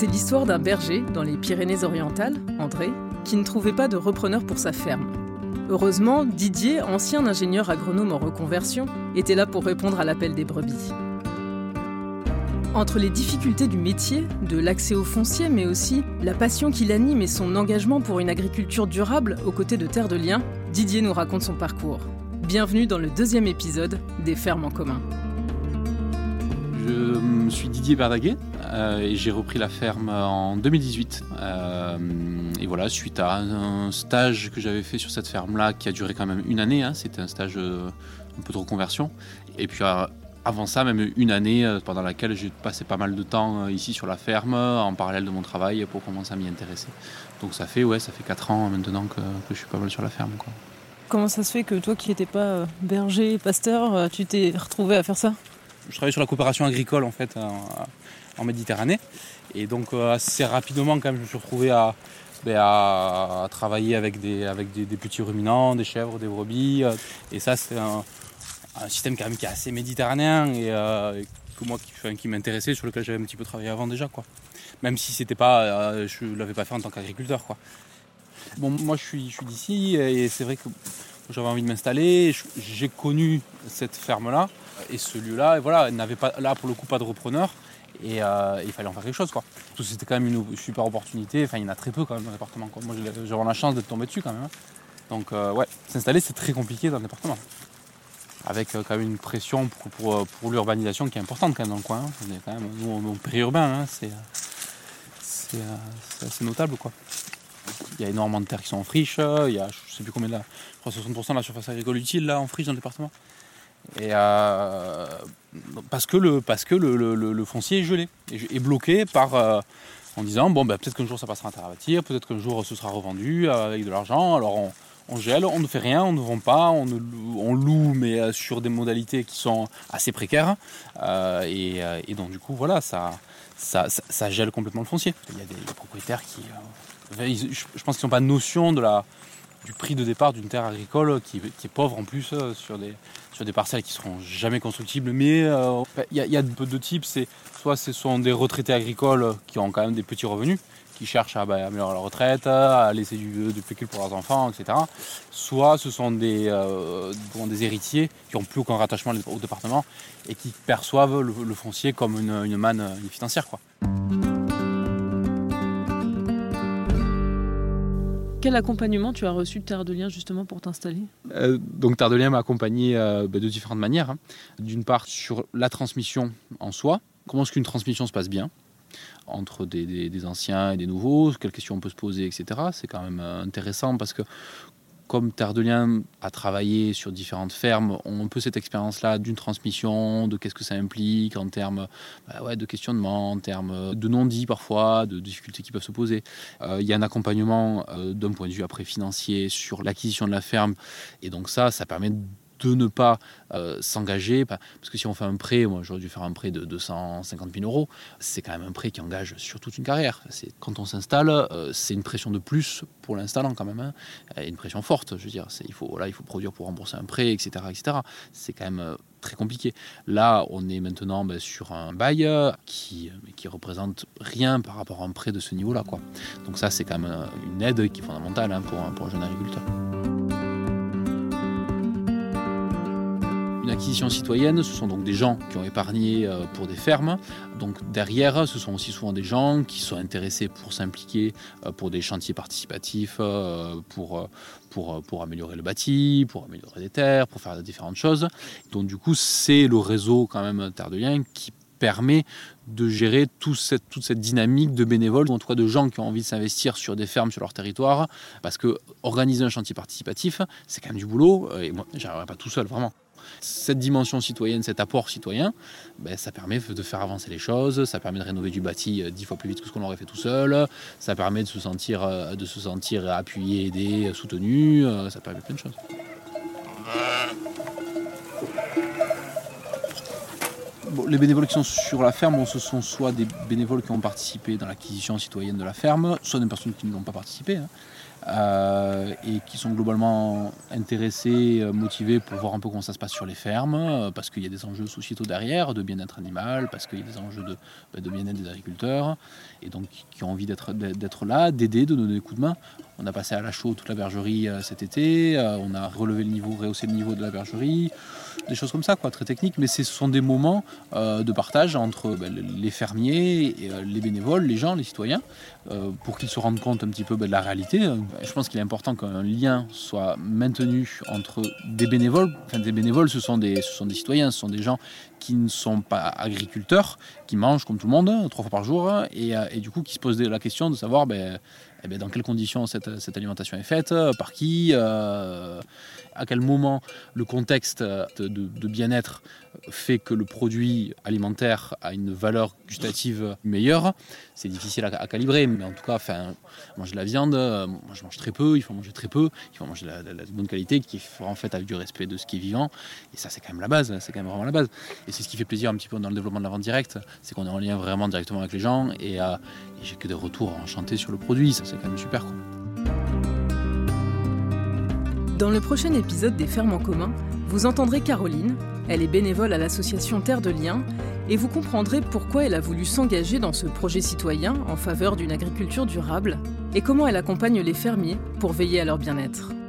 C'est l'histoire d'un berger dans les Pyrénées-Orientales, André, qui ne trouvait pas de repreneur pour sa ferme. Heureusement, Didier, ancien ingénieur agronome en reconversion, était là pour répondre à l'appel des brebis. Entre les difficultés du métier, de l'accès au foncier, mais aussi la passion qui l'anime et son engagement pour une agriculture durable aux côtés de Terre de Liens, Didier nous raconte son parcours. Bienvenue dans le 2e épisode des Fermes en commun. Je suis Didier Berdaguet et j'ai repris la ferme en 2018. Et voilà, suite à un stage que j'avais fait sur cette ferme-là qui a duré quand même une année, c'était un stage un peu de reconversion. Et puis avant ça, même une année pendant laquelle j'ai passé pas mal de temps ici sur la ferme, en parallèle de mon travail, pour commencer à m'y intéresser. Donc ça fait 4 ans maintenant que je suis pas mal sur la ferme, quoi. Comment ça se fait que toi qui n'étais pas berger, pasteur, tu t'es retrouvé à faire ça ? Je travaillais sur la coopération agricole en fait en Méditerranée. Et donc assez rapidement quand même je me suis retrouvé à travailler avec des petits ruminants, des chèvres, des brebis. Et ça c'est un système quand même qui est assez méditerranéen et que moi qui m'intéressait, sur lequel j'avais un petit peu travaillé avant déjà, quoi. Même si c'était pas, je ne l'avais pas fait en tant qu'agriculteur, quoi. Bon, moi je suis d'ici et c'est vrai que j'avais envie de m'installer. J'ai connu cette ferme-là et ce lieu-là, et voilà, elle n'avait pas, là pour le coup, pas de repreneur et il fallait en faire quelque chose, quoi. C'était quand même une super opportunité. Enfin, il y en a très peu quand même dans le département, quoi. Moi, j'ai vraiment la chance d'être tombé dessus quand même. Donc, s'installer, c'est très compliqué dans le département. Avec quand même une pression pour l'urbanisation qui est importante quand même dans le coin. On est quand même nous, périurbain, c'est assez notable, quoi. Il y a énormément de terres qui sont en friche, il y a je sais plus combien là, je crois 60% de la surface agricole utile là en friche dans le département. Et parce que le foncier est gelé, est bloqué par en disant peut-être qu'un jour ça passera en terre à bâtir, peut-être qu'un jour ce sera revendu avec de l'argent. Alors on gèle, on ne fait rien, on ne vend pas, on loue mais sur des modalités qui sont assez précaires et donc du coup voilà ça gèle complètement le foncier. Il y a des propriétaires qui je pense qu'ils n'ont pas notion du prix de départ d'une terre agricole qui est pauvre en plus sur des parcelles qui seront jamais constructibles. Mais il y a deux types, soit ce sont des retraités agricoles qui ont quand même des petits revenus, qui cherchent à améliorer leur retraite, à laisser du pécule pour leurs enfants, etc. Soit ce sont des héritiers qui n'ont plus aucun rattachement au département et qui perçoivent le foncier comme une manne financière, quoi. Quel accompagnement tu as reçu de Terre de Liens justement pour t'installer ? Donc Terre de Liens m'a accompagné de différentes manières. D'une part sur la transmission en soi, comment est-ce qu'une transmission se passe bien entre des anciens et des nouveaux, quelles questions on peut se poser, etc. C'est quand même intéressant parce que comme Terre de Liens a travaillé sur différentes fermes, on a un peu cette expérience-là d'une transmission, de qu'est-ce que ça implique en termes de questionnement, en termes de non-dits parfois, de difficultés qui peuvent se poser. Il y a un accompagnement d'un point de vue après financier sur l'acquisition de la ferme. Et donc ça permet de ne pas s'engager, parce que si on fait un prêt, moi j'aurais dû faire un prêt de 250 000 euros, c'est quand même un prêt qui engage sur toute une carrière. Quand on s'installe, c'est une pression de plus pour l'installant quand même, une pression forte, je veux dire, il faut produire pour rembourser un prêt, etc. C'est quand même très compliqué. Là, on est maintenant sur un bail qui représente rien par rapport à un prêt de ce niveau-là, quoi. Donc ça, c'est quand même une aide qui est fondamentale pour un jeune agriculteur. Une acquisition citoyenne, ce sont donc des gens qui ont épargné pour des fermes. Donc derrière, ce sont aussi souvent des gens qui sont intéressés pour s'impliquer pour des chantiers participatifs, pour améliorer le bâti, pour améliorer les terres, pour faire différentes choses. Donc du coup, c'est le réseau quand même Terre de Liens qui permet de gérer toute cette dynamique de bénévoles, ou en tout cas de gens qui ont envie de s'investir sur des fermes, sur leur territoire, parce que organiser un chantier participatif, c'est quand même du boulot, et moi, j'y arriverai pas tout seul, vraiment. Cette dimension citoyenne, cet apport citoyen, ça permet de faire avancer les choses, ça permet de rénover du bâti 10 fois plus vite que ce qu'on aurait fait tout seul, ça permet de se sentir appuyé, aidé, soutenu, ça permet plein de choses. Les bénévoles qui sont sur la ferme, ce sont soit des bénévoles qui ont participé dans l'acquisition citoyenne de la ferme, soit des personnes qui n'ont pas participé, et qui sont globalement intéressés, motivés pour voir un peu comment ça se passe sur les fermes, parce qu'il y a des enjeux sociétaux derrière, de bien-être animal, parce qu'il y a des enjeux de bien-être des agriculteurs, et donc qui ont envie d'être là, d'aider, de donner des coups de main. On a passé à la chaux toute la bergerie cet été, on a rehaussé le niveau de la bergerie, des choses comme ça, très techniques, mais ce sont des moments de partage entre les fermiers, et, les bénévoles, les gens, les citoyens, pour qu'ils se rendent compte un petit peu de la réalité. Je pense qu'il est important qu'un lien soit maintenu entre des bénévoles. Enfin, des bénévoles, ce sont des citoyens, ce sont des gens qui ne sont pas agriculteurs, qui mangent comme tout le monde, 3 fois par jour, et du coup qui se posent la question de savoir dans quelles conditions cette alimentation est faite, par qui, à quel moment le contexte de bien-être fait que le produit alimentaire a une valeur gustative meilleure. C'est difficile à calibrer, mais en tout cas, manger de la viande, moi je mange très peu, il faut manger très peu, il faut manger de la bonne qualité qui est en fait avec du respect de ce qui est vivant, et ça c'est quand même la base, c'est quand même vraiment la base. Et c'est ce qui fait plaisir un petit peu dans le développement de la vente directe, c'est qu'on est en lien vraiment directement avec les gens, et j'ai que des retours enchantés sur le produit, ça c'est quand même super, quoi. Dans le prochain épisode des Fermes en commun, vous entendrez Caroline. Elle est bénévole à l'association Terre de Liens, et vous comprendrez pourquoi elle a voulu s'engager dans ce projet citoyen en faveur d'une agriculture durable et comment elle accompagne les fermiers pour veiller à leur bien-être.